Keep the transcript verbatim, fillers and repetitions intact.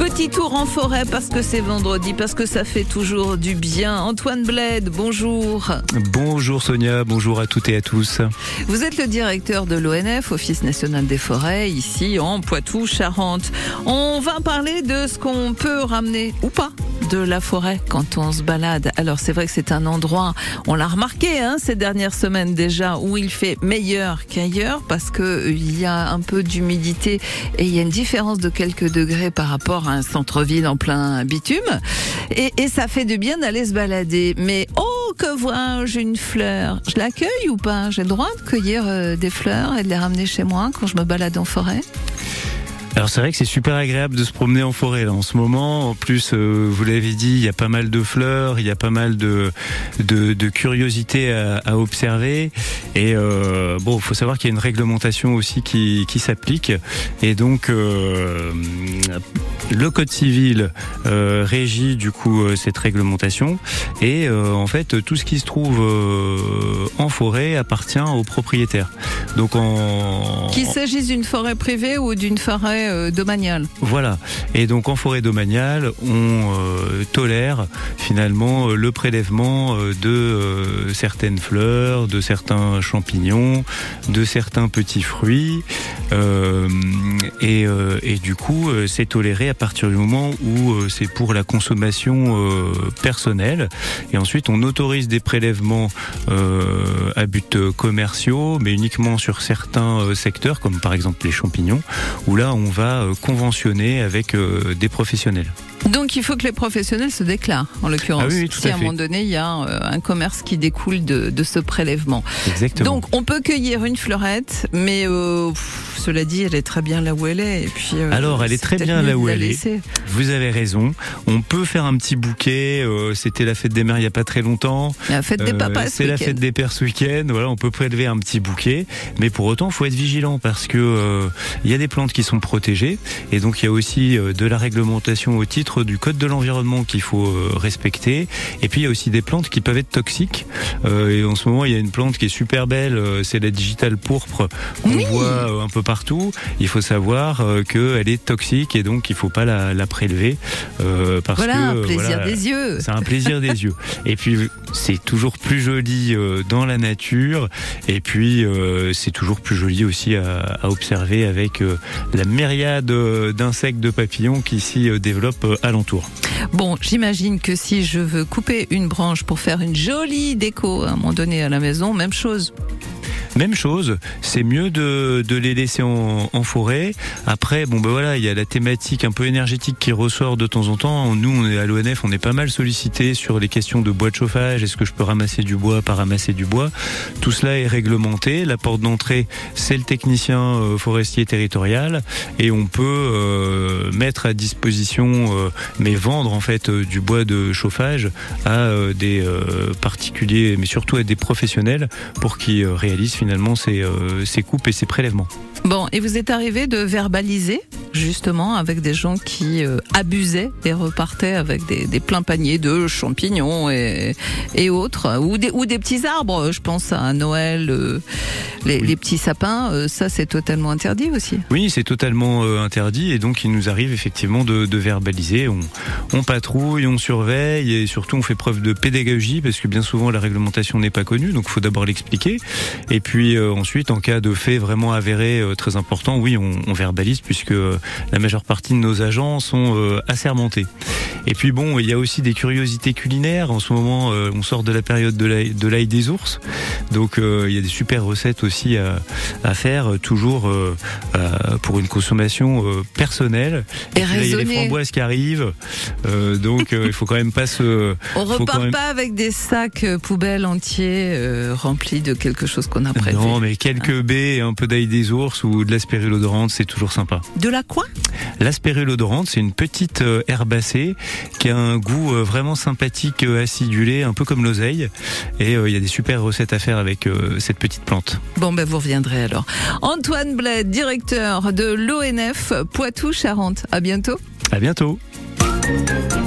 Petit tour en forêt parce que c'est vendredi, parce que ça fait toujours du bien. Antoine Bled, bonjour. Bonjour Sonia, bonjour à toutes et à tous. Vous êtes le directeur de l'O N F, Office National des Forêts, ici en Poitou-Charentes. On va parler de ce qu'on peut ramener ou pas de la forêt quand on se balade. Alors c'est vrai que c'est un endroit, on l'a remarqué hein, ces dernières semaines déjà, où il fait meilleur qu'ailleurs parce que il y a un peu d'humidité et il y a une différence de quelques degrés par rapport à un centre-ville en plein bitume. Et, et ça fait du bien d'aller se balader. Mais oh, que vois-je une fleur? Je l'accueille ou pas? J'ai le droit de cueillir euh, des fleurs et de les ramener chez moi quand je me balade en forêt? Alors c'est vrai que c'est super agréable de se promener en forêt là, en ce moment. En plus, euh, vous l'avez dit, il y a pas mal de fleurs, il y a pas mal de de, de curiosités à, à observer. Et euh, bon, il faut savoir qu'il y a une réglementation aussi qui qui s'applique. Et donc euh, le Code civil euh, régit du coup euh, cette réglementation. Et euh, en fait, tout ce qui se trouve euh, en forêt appartient aux propriétaires. Donc en qu'il s'agisse d'une forêt privée ou d'une forêt domaniale. Voilà. Et donc en forêt domaniale, on euh, tolère finalement le prélèvement de euh, certaines fleurs, de certains champignons, de certains petits fruits. Euh, et, euh, et du coup, euh, c'est toléré à partir du moment où euh, c'est pour la consommation euh, personnelle. Et ensuite, on autorise des prélèvements euh, à but commerciaux, mais uniquement sur certains euh, secteurs, comme par exemple les champignons, où là, on va conventionner avec euh, des professionnels. Donc il faut que les professionnels se déclarent, en l'occurrence. Ah oui, oui, tout si à, à à un fait. moment donné, il y a euh, un commerce qui découle de, de ce prélèvement. Exactement. Donc on peut cueillir une fleurette, mais euh, pff, cela dit, elle est très bien là où elle est. Et puis, euh, Alors elle est très bien là où elle laisser. est. Vous avez raison. On peut faire un petit bouquet. Euh, C'était la fête des mères il n'y a pas très longtemps. La fête des papas. Euh, c'est la fête des pères ce week-end. Voilà, on peut prélever un petit bouquet. Mais pour autant, il faut être vigilant parce que euh, il y a des plantes qui sont protégées. Et donc il y a aussi euh, de la réglementation au titre du Code de l'environnement qu'il faut euh, respecter. Et puis il y a aussi des plantes qui peuvent être toxiques. Euh, et en ce moment, il y a une plante qui est super belle. Euh, c'est la digitale pourpre qu'on oui. voit euh, un peu partout. Il faut savoir euh, qu'elle est toxique et donc il faut pas la, la prélever euh, parce voilà, que un plaisir voilà, des yeux. C'est un plaisir des yeux. Et puis c'est toujours plus joli euh, dans la nature. Et puis euh, c'est toujours plus joli aussi à, à observer avec euh, la myriade d'insectes, de papillons qui s'y euh, développent euh, alentour. Bon, j'imagine que si je veux couper une branche pour faire une jolie déco à un moment donné à la maison, même chose. Même chose, c'est mieux de, de les laisser en, en forêt. Après, bon ben voilà, il y a la thématique un peu énergétique qui ressort de temps en temps. Nous, on est à l'O N F, on est pas mal sollicité sur les questions de bois de chauffage. Est-ce que je peux ramasser du bois, pas ramasser du bois? Tout cela est réglementé. La porte d'entrée, c'est le technicien euh, forestier territorial, et on peut euh, mettre à disposition, euh, mais vendre en fait euh, du bois de chauffage à euh, des euh, particuliers, mais surtout à des professionnels pour qu'ils euh, réalisent finalement ces, euh, ces coupes et ces prélèvements. Bon, et vous êtes arrivé de verbaliser justement avec des gens qui euh, abusaient et repartaient avec des, des pleins paniers de champignons et, et autres, ou des, ou des petits arbres, je pense à Noël, euh, les, oui. les petits sapins, euh, ça c'est totalement interdit aussi. Oui, c'est totalement euh, interdit, et donc il nous arrive effectivement de, de verbaliser, on, on patrouille, on surveille, et surtout on fait preuve de pédagogie, parce que bien souvent la réglementation n'est pas connue, donc il faut d'abord l'expliquer, et puis euh, ensuite en cas de fait vraiment avéré euh, très important, oui on, on verbalise, puisque euh, la majeure partie de nos agents sont euh, assermentés. Et puis bon, il y a aussi des curiosités culinaires. En ce moment, euh, on sort de la période de l'ail, de l'ail des ours, donc euh, il y a des super recettes aussi à, à faire, toujours euh, à, pour une consommation euh, personnelle. Et, et puis là, il y a les framboises qui arrivent, euh, donc euh, il faut quand même pas se. On repart même... pas avec des sacs euh, poubelles entiers euh, remplis de quelque chose qu'on a prélevé. Non, mais quelques ah. baies et un peu d'ail des ours ou de l'aspérulodorante, c'est toujours sympa. De la quoi? L'aspérulodorante, c'est une petite euh, herbacée qui a un goût euh, vraiment sympathique, euh, acidulé, un peu comme l'oseille. Et il euh, y a des super recettes à faire avec euh, cette petite plante. Bon, ben vous reviendrez alors. Antoine Bled, directeur de l'O N F Poitou-Charentes. À bientôt. À bientôt.